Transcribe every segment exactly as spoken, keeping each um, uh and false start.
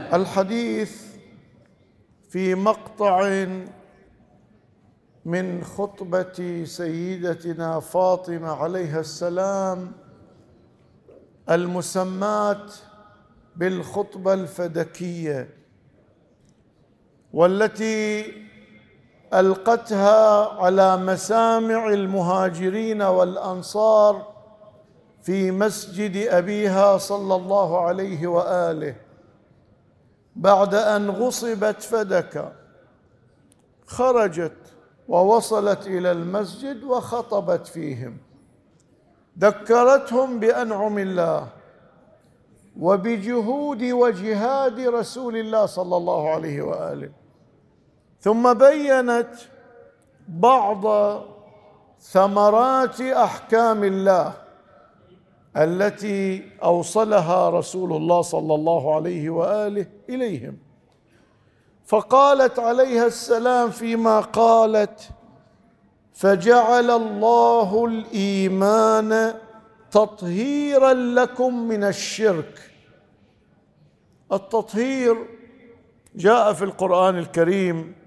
الحديث في مقطع من خطبة سيدتنا فاطمة عليها السلام المسماة بالخطبة الفدكية، والتي ألقتها على مسامع المهاجرين والأنصار في مسجد أبيها صلى الله عليه وآله بعد أن غصبت فدكة. خرجت ووصلت إلى المسجد وخطبت فيهم، ذكرتهم بأنعم الله وبجهود وجهاد رسول الله صلى الله عليه وآله، ثم بينت بعض ثمرات أحكام الله التي أوصلها رسول الله صلى الله عليه وآله إليهم. فقالت عليها السلام فيما قالت: فجعل الله الإيمان تطهيرا لكم من الشرك. التطهير جاء في القرآن الكريم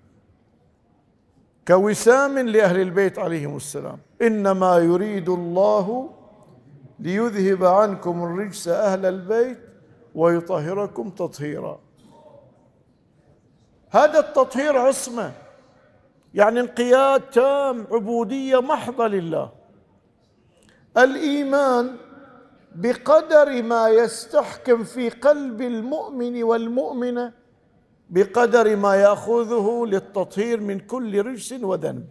كوسام لأهل البيت عليهم السلام: إنما يريد الله ليذهب عنكم الرجس أهل البيت ويطهركم تطهيرا. هذا التطهير عصمة، يعني انقياد تام، عبودية محضة لله. الإيمان بقدر ما يستحكم في قلب المؤمن والمؤمنة بقدر ما يأخذه للتطهير من كل رجس وذنب.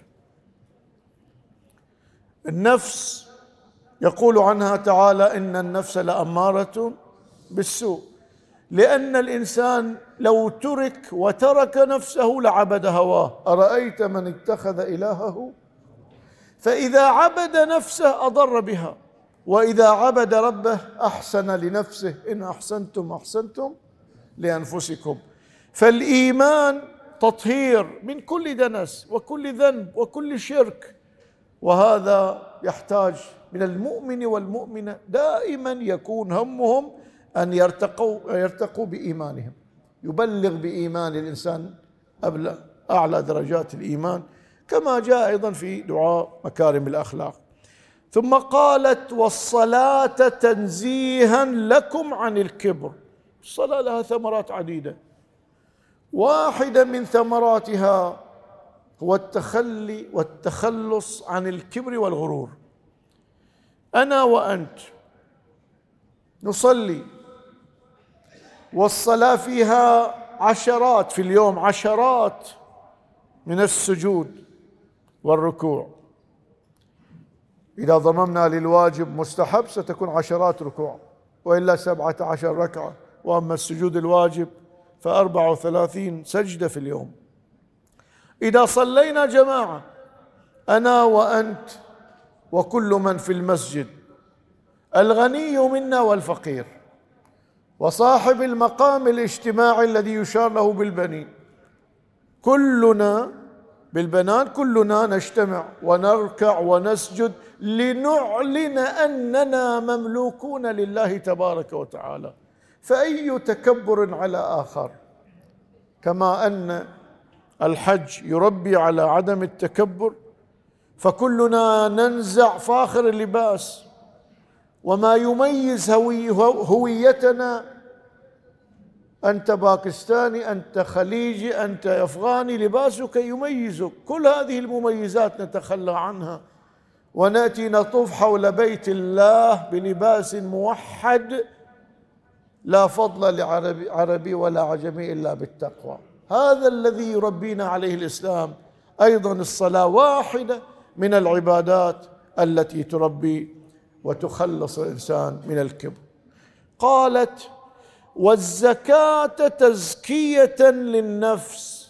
النفس يقول عنها تعالى: إن النفس لأمارة بالسوء، لأن الإنسان لو ترك وترك نفسه لعبد هواه. أرأيت من اتخذ إلهه؟ فإذا عبد نفسه أضر بها، وإذا عبد ربه أحسن لنفسه. إن أحسنتم أحسنتم لأنفسكم. فالإيمان تطهير من كل دنس وكل ذنب وكل شرك، وهذا يحتاج من المؤمن والمؤمنة دائما يكون همهم أن يرتقوا يرتقوا بإيمانهم. يبلغ بإيمان الإنسان أعلى درجات الإيمان، كما جاء أيضا في دعاء مكارم الأخلاق. ثم قالت: والصلاة تنزيها لكم عن الكبر. الصلاة لها ثمرات عديدة، واحدة من ثمراتها هو التخلي والتخلص عن الكبر والغرور. أنا وأنت نصلي، والصلاة فيها عشرات في اليوم، عشرات من السجود والركوع. إذا ضممنا للواجب مستحب ستكون عشرات ركوع، وإلا سبعة عشر ركعة. وأما السجود الواجب فأربع وثلاثين سجدة في اليوم. إذا صلينا جماعة، أنا وأنت وكل من في المسجد، الغني منا والفقير، وصاحب المقام الاجتماعي الذي يشار له بالبنين، كلنا بالبنان كلنا نجتمع ونركع ونسجد لنعلن أننا مملوكون لله تبارك وتعالى. فأي تكبر على آخر؟ كما أن الحج يربي على عدم التكبر، فكلنا ننزع فاخر اللباس، وما يميز هويتنا: أنت باكستاني، أنت خليجي، أنت أفغاني، لباسك يميزك. كل هذه المميزات نتخلى عنها ونأتي نطوف حول بيت الله بلباس موحد لا فضل لعربي عربي ولا عجمي إلا بالتقوى. هذا الذي يربينا عليه الإسلام. أيضا الصلاة واحدة من العبادات التي تربي وتخلص الإنسان من الكبر. قالت: والزكاة تزكية للنفس.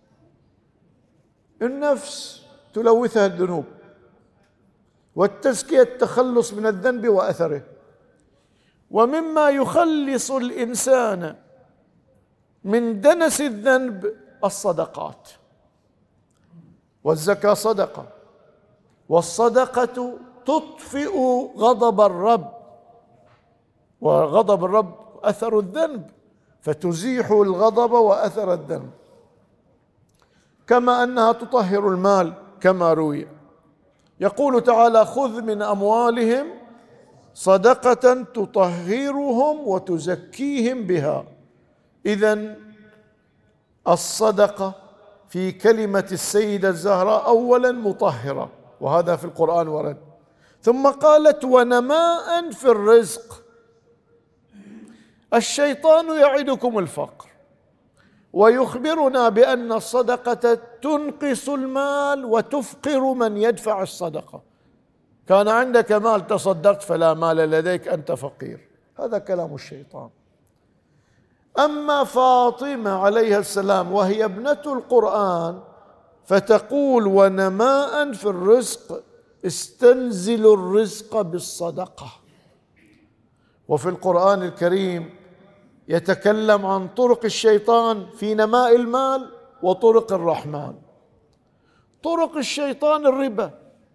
النفس تلوثها الذنوب، والتزكية التخلص من الذنب وأثره. ومما يخلص الإنسان من دنس الذنب الصدقات، والزكاة صدقة، والصدقة تطفئ غضب الرب، وغضب الرب أثر الذنب، فتزيح الغضب وأثر الذنب، كما أنها تطهر المال كما روي. يقول تعالى: خذ من أموالهم صدقة تطهرهم وتزكيهم بها. إذن الصدقة في كلمة السيدة الزهراء أولا مطهرة، وهذا في القرآن ورد. ثم قالت: ونماء في الرزق. الشيطان يعدكم الفقر ويخبرنا بأن الصدقة تنقص المال وتفقر من يدفع الصدقة. كان عندك مال تصدقت فلا مال لديك، أنت فقير. هذا كلام الشيطان. أما فاطمة عليها السلام وهي ابنة القرآن فتقول: ونماء في الرزق، استنزل الرزق بالصدقة. وفي القرآن الكريم يتكلم عن طرق الشيطان في نماء المال وطرق الرحمن. طرق الشيطان الربا،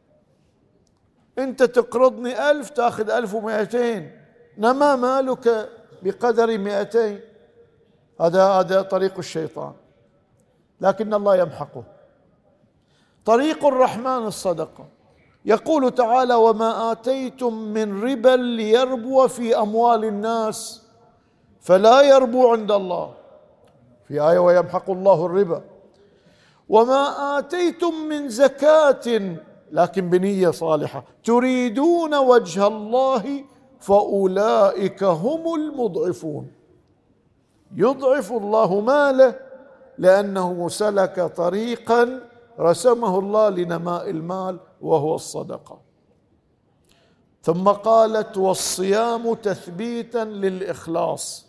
أنت تقرضني ألف تأخذ ألف ومئتين، نما مالك بقدر مئتين. هذا هذا طريق الشيطان، لكن الله يمحقه. طريق الرحمن الصدقة. يقول تعالى: وما آتيتم من ربا ليربو في أموال الناس فلا يربو عند الله، في آية: ويمحق الله الربا. وما آتيتم من زكاة، لكن بنية صالحة، تريدون وجه الله فأولئك هم المضعفون. يضعف الله ماله لأنه سلك طريقا رسمه الله لنماء المال وهو الصدقة. ثم قالت: والصيام تثبيتا للإخلاص.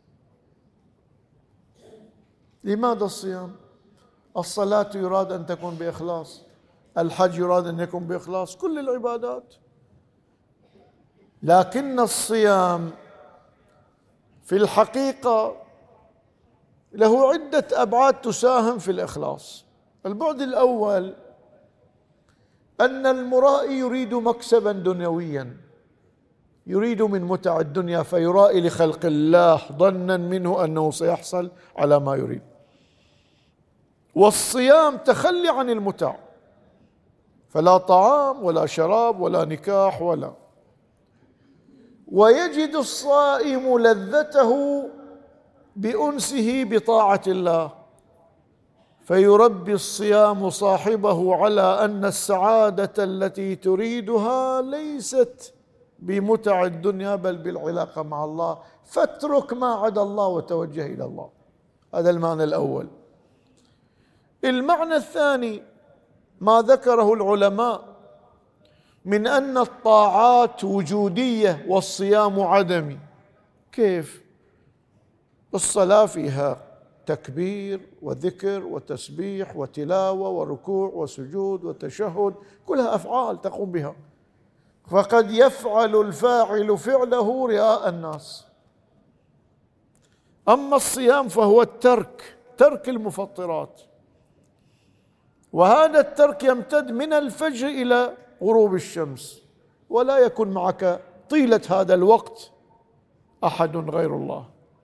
لماذا الصيام؟ الصلاة يراد أن تكون بإخلاص، الحج يراد أن يكون بإخلاص، كل العبادات. لكن الصيام في الحقيقة له عدة أبعاد تساهم في الإخلاص. البعد الأول أن المرائي يريد مكسبا دنيويا، يريد من متع الدنيا فيرائي لخلق الله ظنا منه أنه سيحصل على ما يريد. والصيام تخلي عن المتع، فلا طعام ولا شراب ولا نكاح ولا، ويجد الصائم لذته بأنسه بطاعة الله، فيربي الصيام صاحبه على أن السعادة التي تريدها ليست بمتع الدنيا بل بالعلاقة مع الله، فاترك ما عدا الله وتوجه إلى الله. هذا المعنى الأول. المعنى الثاني ما ذكره العلماء من أن الطاعات وجودية والصيام عدمي. كيف؟ الصلاة فيها تكبير وذكر وتسبيح وتلاوة وركوع وسجود وتشهد، كلها أفعال تقوم بها، فقد يفعل الفاعل فعله رئاء الناس. أما الصيام فهو الترك، ترك المفطرات، وهذا الترك يمتد من الفجر إلى غروب الشمس، ولا يكون معك طيلة هذا الوقت أحد غير الله.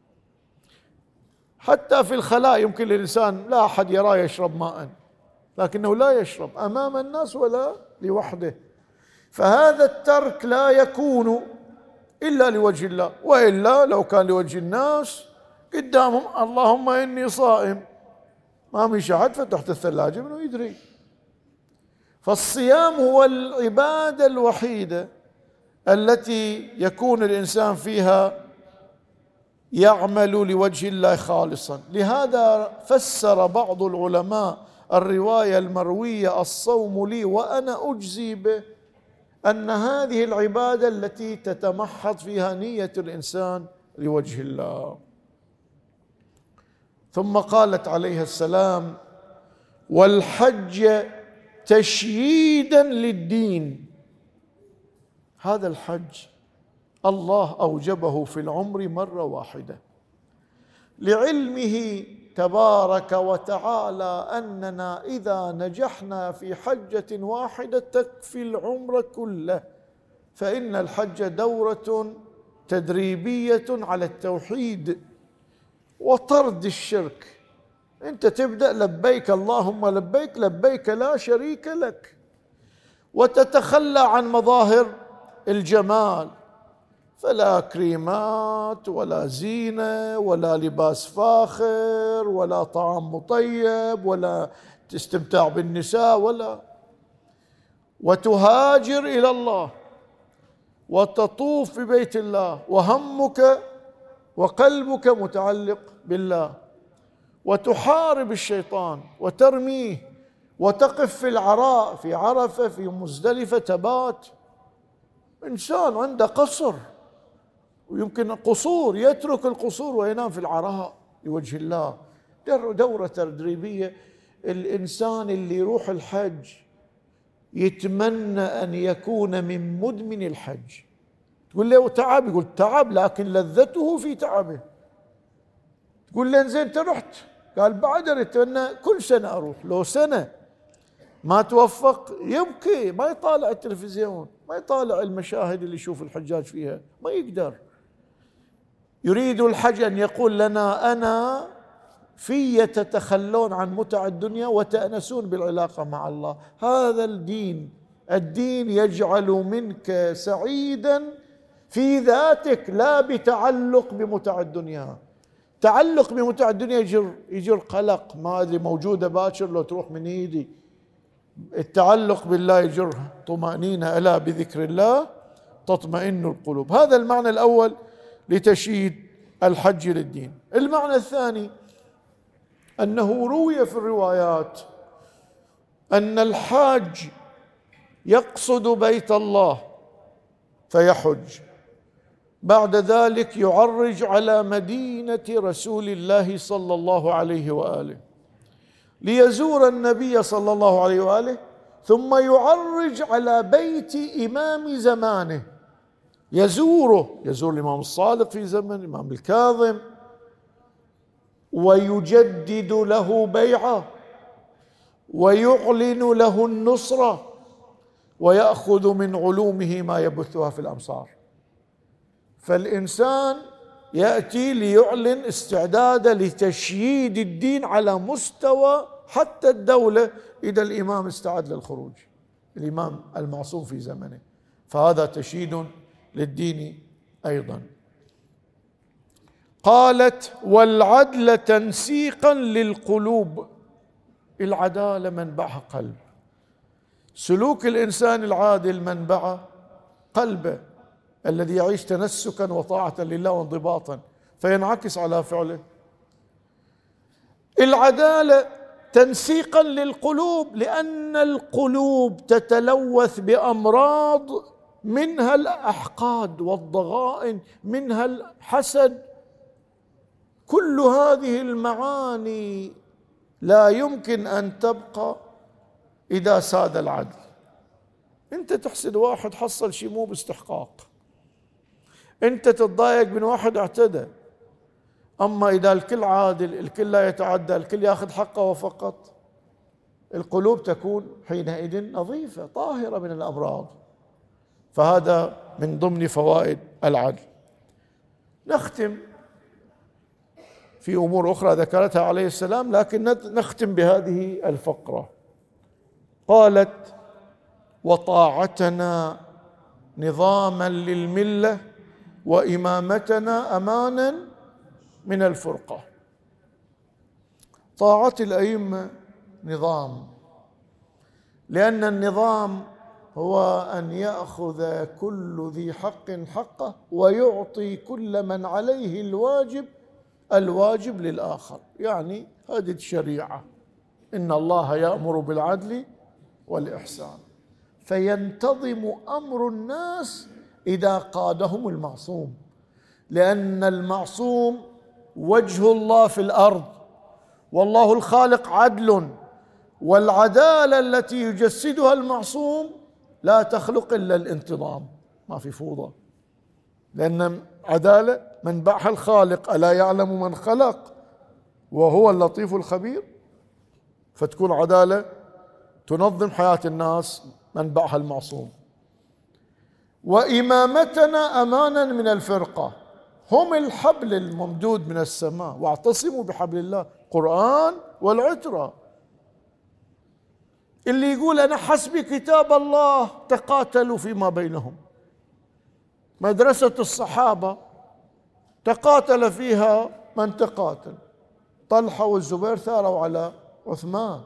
حتى في الخلاء يمكن للإنسان لا أحد يراه يشرب ماء، لكنه لا يشرب أمام الناس ولا لوحده. فهذا الترك لا يكون إلا لوجه الله، وإلا لو كان لوجه الناس قدامهم اللهم إني صائم، ما من شاهد فتحت الثلاجة منه يدري. فالصيام هو العبادة الوحيدة التي يكون الإنسان فيها يعمل لوجه الله خالصا. لهذا فسر بعض العلماء الرواية المروية الصوم لي وأنا أجزي به أن هذه العبادة التي تتمحض فيها نية الإنسان لوجه الله. ثم قالت عليه السلام: والحج تشييدا للدين. هذا الحج الله أوجبه في العمر مرة واحدة، لعلمه تبارك وتعالى أننا إذا نجحنا في حجة واحدة تكفي العمر كله، فإن الحج دورة تدريبية على التوحيد، وطرد الشرك. أنت تبدأ لبيك اللهم لبيك، لبيك لا شريك لك، وتتخلى عن مظاهر الجمال، فلا كريمات ولا زينة ولا لباس فاخر ولا طعام مطيب ولا تستمتع بالنساء ولا، وتهاجر إلى الله وتطوف ببيت الله وهمك وقلبك متعلق بالله، وتحارب الشيطان وترميه، وتقف في العراء في عرفة في مزدلفة تبات. إنسان عنده قصر ويمكن قصور، يترك القصور وينام في العراء لوجه الله. دورة تدريبية. الإنسان اللي يروح الحج يتمنى أن يكون من مدمن الحج. تقول له تعب، يقول تعب لكن لذته في تعبه. تقول له زين أنت رحت، قال بعد أتمنى كل سنة أروح. لو سنة ما توفق يبكي، ما يطالع التلفزيون، ما يطالع المشاهد اللي يشوف الحجاج فيها، ما يقدر. يريد الحج أن يقول لنا أنا في تتخلون عن متع الدنيا وتأنسون بالعلاقة مع الله. هذا الدين، الدين يجعل منك سعيدا في ذاتك لا بتعلق بمتع الدنيا. تعلق بمتع الدنيا يجر يجر قلق، ما أدري موجودة باكر لو تروح من إيدي. التعلق بالله يجر طمأنينة، ألا بذكر الله تطمئن القلوب. هذا المعنى الأول لتشييد الحج للدين. المعنى الثاني أنه روي في الروايات أن الحاج يقصد بيت الله فيحج، بعد ذلك يعرج على مدينة رسول الله صلى الله عليه وآله ليزور النبي صلى الله عليه وآله، ثم يعرج على بيت إمام زمانه، يزوره، يزور الإمام الصادق في زمن الإمام الكاظم، ويجدد له بيعه ويعلن له النصرة ويأخذ من علومه ما يبثها في الأمصار. فالإنسان يأتي ليعلن استعداده لتشييد الدين على مستوى حتى الدولة إذا الإمام استعد للخروج، الإمام المعصوم في زمنه، فهذا تشييد للدين أيضا. قالت والعدل تنسيقا للقلوب. العدالة منبعها قلب، سلوك الإنسان العادل منبعه قلبه الذي يعيش تنسكا وطاعة لله وانضباطا، فينعكس على فعله. العدالة تنسيقا للقلوب، لأن القلوب تتلوث بأمراض، منها الأحقاد والضغائن، منها الحسد. كل هذه المعاني لا يمكن أن تبقى إذا ساد العدل. أنت تحسد واحد حصل شيء مو باستحقاق، أنت تتضايق من واحد اعتدى، أما إذا الكل عادل، الكل لا يتعدى، الكل يأخذ حقه فقط، القلوب تكون حينئذ نظيفة طاهرة من الأمراض. فهذا من ضمن فوائد العدل. نختم في أمور أخرى ذكرتها عليه السلام، لكن نختم بهذه الفقرة. قالت وطاعتنا نظاما للملة وإمامتنا أمانا من الفرقة. طاعة الأئمة نظام، لأن النظام هو أن يأخذ كل ذي حق حقه ويعطي كل من عليه الواجب الواجب للآخر. يعني هذه الشريعة، إن الله يأمر بالعدل والإحسان، فينتظم أمر الناس إذا قادهم المعصوم، لأن المعصوم وجه الله في الأرض، والله الخالق عدل، والعدالة التي يجسدها المعصوم لا تخلق إلا الانتظام، ما في فوضى، لأن عدالة منبعها الخالق، ألا يعلم من خلق وهو اللطيف الخبير. فتكون عدالة تنظم حياة الناس، منبعها المعصوم. وإمامتنا أمانا من الفرقة، هم الحبل الممدود من السماء، واعتصموا بحبل الله، قرآن والعترة. اللي يقول أنا حسبي كتاب الله تقاتلوا فيما بينهم. مدرسة الصحابة تقاتل فيها من تقاتل، طلحة والزبير ثاروا على عثمان.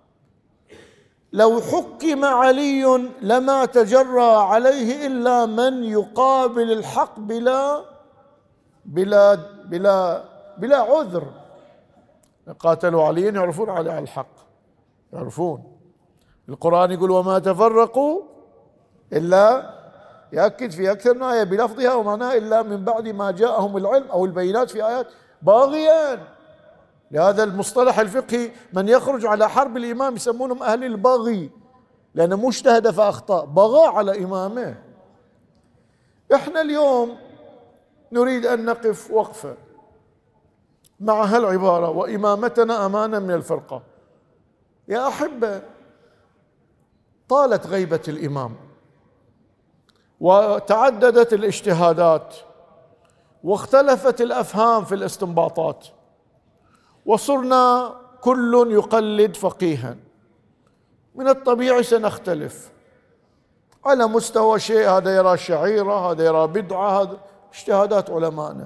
لو حكم علي لما تجرى عليه إلا من يقابل الحق بلا بلا بلا بلا عذر. قاتلوا علي يعرفون على الحق، يعرفون. القرآن يقول وما تفرقوا إلا، يأكد في أكثر من آية بلفظها ومعناها، إلا من بعد ما جاءهم العلم أو البينات في آيات باغيا. لهذا المصطلح الفقهي من يخرج على حرب الإمام يسمونهم أهل البغي، لأنه مو اجتهد فأخطأ، بغى على إمامه. إحنا اليوم نريد أن نقف وقفة مع هالعبارة وإمامتنا أمانة من الفرقة. يا أحبة، طالت غيبة الإمام وتعددت الاجتهادات واختلفت الأفهام في الاستنباطات، وصرنا كل يقلد فقيها. من الطبيعي سنختلف على مستوى شيء، هذا يرى شعيرة، هذا يرى بدعة، هذا اجتهادات علمائنا.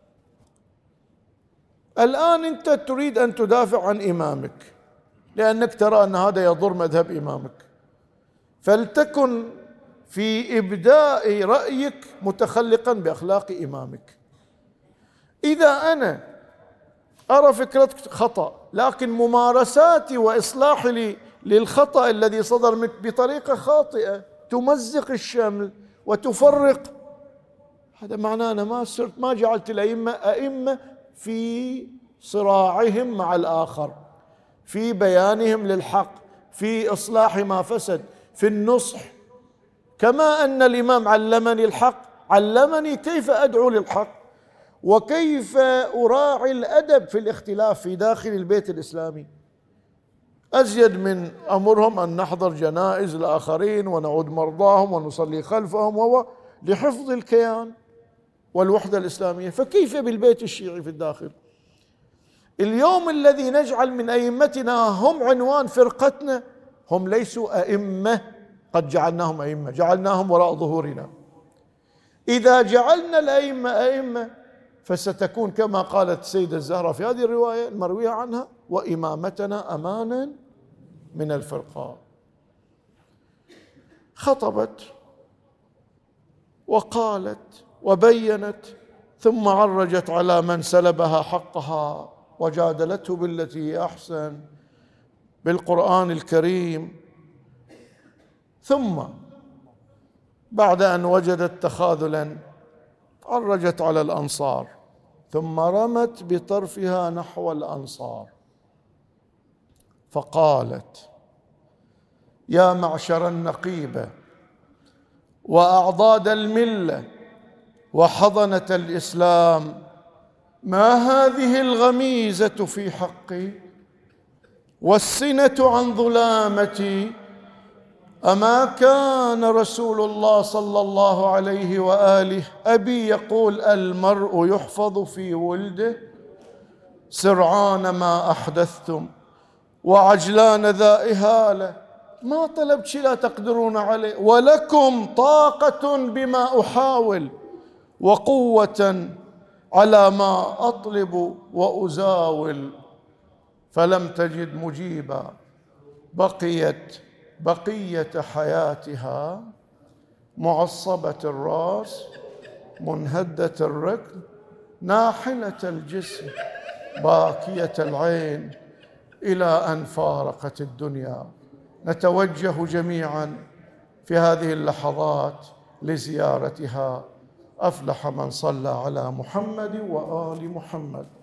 الآن أنت تريد أن تدافع عن إمامك لأنك ترى أن هذا يضر مذهب إمامك، فلتكن في إبداء رأيك متخلقا بأخلاق إمامك. إذا أنا أرى فكرتك خطأ لكن ممارساتي وإصلاحي للخطأ الذي صدر منك بطريقة خاطئة تمزق الشمل وتفرق، هذا معناه أنا ما صرت ما جعلت الأئمة أئمة في صراعهم مع الآخر، في بيانهم للحق، في إصلاح ما فسد، في النصح. كما أن الإمام علمني الحق، علمني كيف أدعو للحق وكيف أراعي الأدب في الاختلاف في داخل البيت الإسلامي. أزيد من أمرهم أن نحضر جنائز الآخرين ونعود مرضاهم ونصلي خلفهم، وهو لحفظ الكيان والوحدة الإسلامية. فكيف بالبيت الشيعي في الداخل؟ اليوم الذي نجعل من أئمتنا هم عنوان فرقتنا، هم ليسوا أئمة، قد جعلناهم أئمة، جعلناهم وراء ظهورنا. إذا جعلنا الأئمة أئمة فستكون كما قالت السيدة الزهراء في هذه الرواية المروية عنها وإمامتنا أمانا من الفرقة. خطبت وقالت وبينت، ثم عرجت على من سلبها حقها وجادلته بالتي هي أحسن بالقرآن الكريم. ثم بعد أن وجدت تخاذلا عرجت على الأنصار، ثم رمت بطرفها نحو الأنصار فقالت: يا معشر النقيبة وأعضاد الملة وحضنة الإسلام، ما هذه الغميزة في حقي والسنة عن ظلامتي؟ أما كان رسول الله صلى الله عليه وآله أبي يقول: المرء يحفظ في ولده سرعان ما أحدثتم وعجلان ذا إهالة. ما طلبت شيء لا تقدرون عليه، ولكم طاقة بما أحاول وقوة على ما أطلب وأزاول. فلم تجد مجيبا، بقيت بقية حياتها معصبة الرأس منهدة الركب ناحلة الجسم باكية العين إلى أن فارقت الدنيا. نتوجه جميعا في هذه اللحظات لزيارتها. أفلح من صلى على محمد وآل محمد.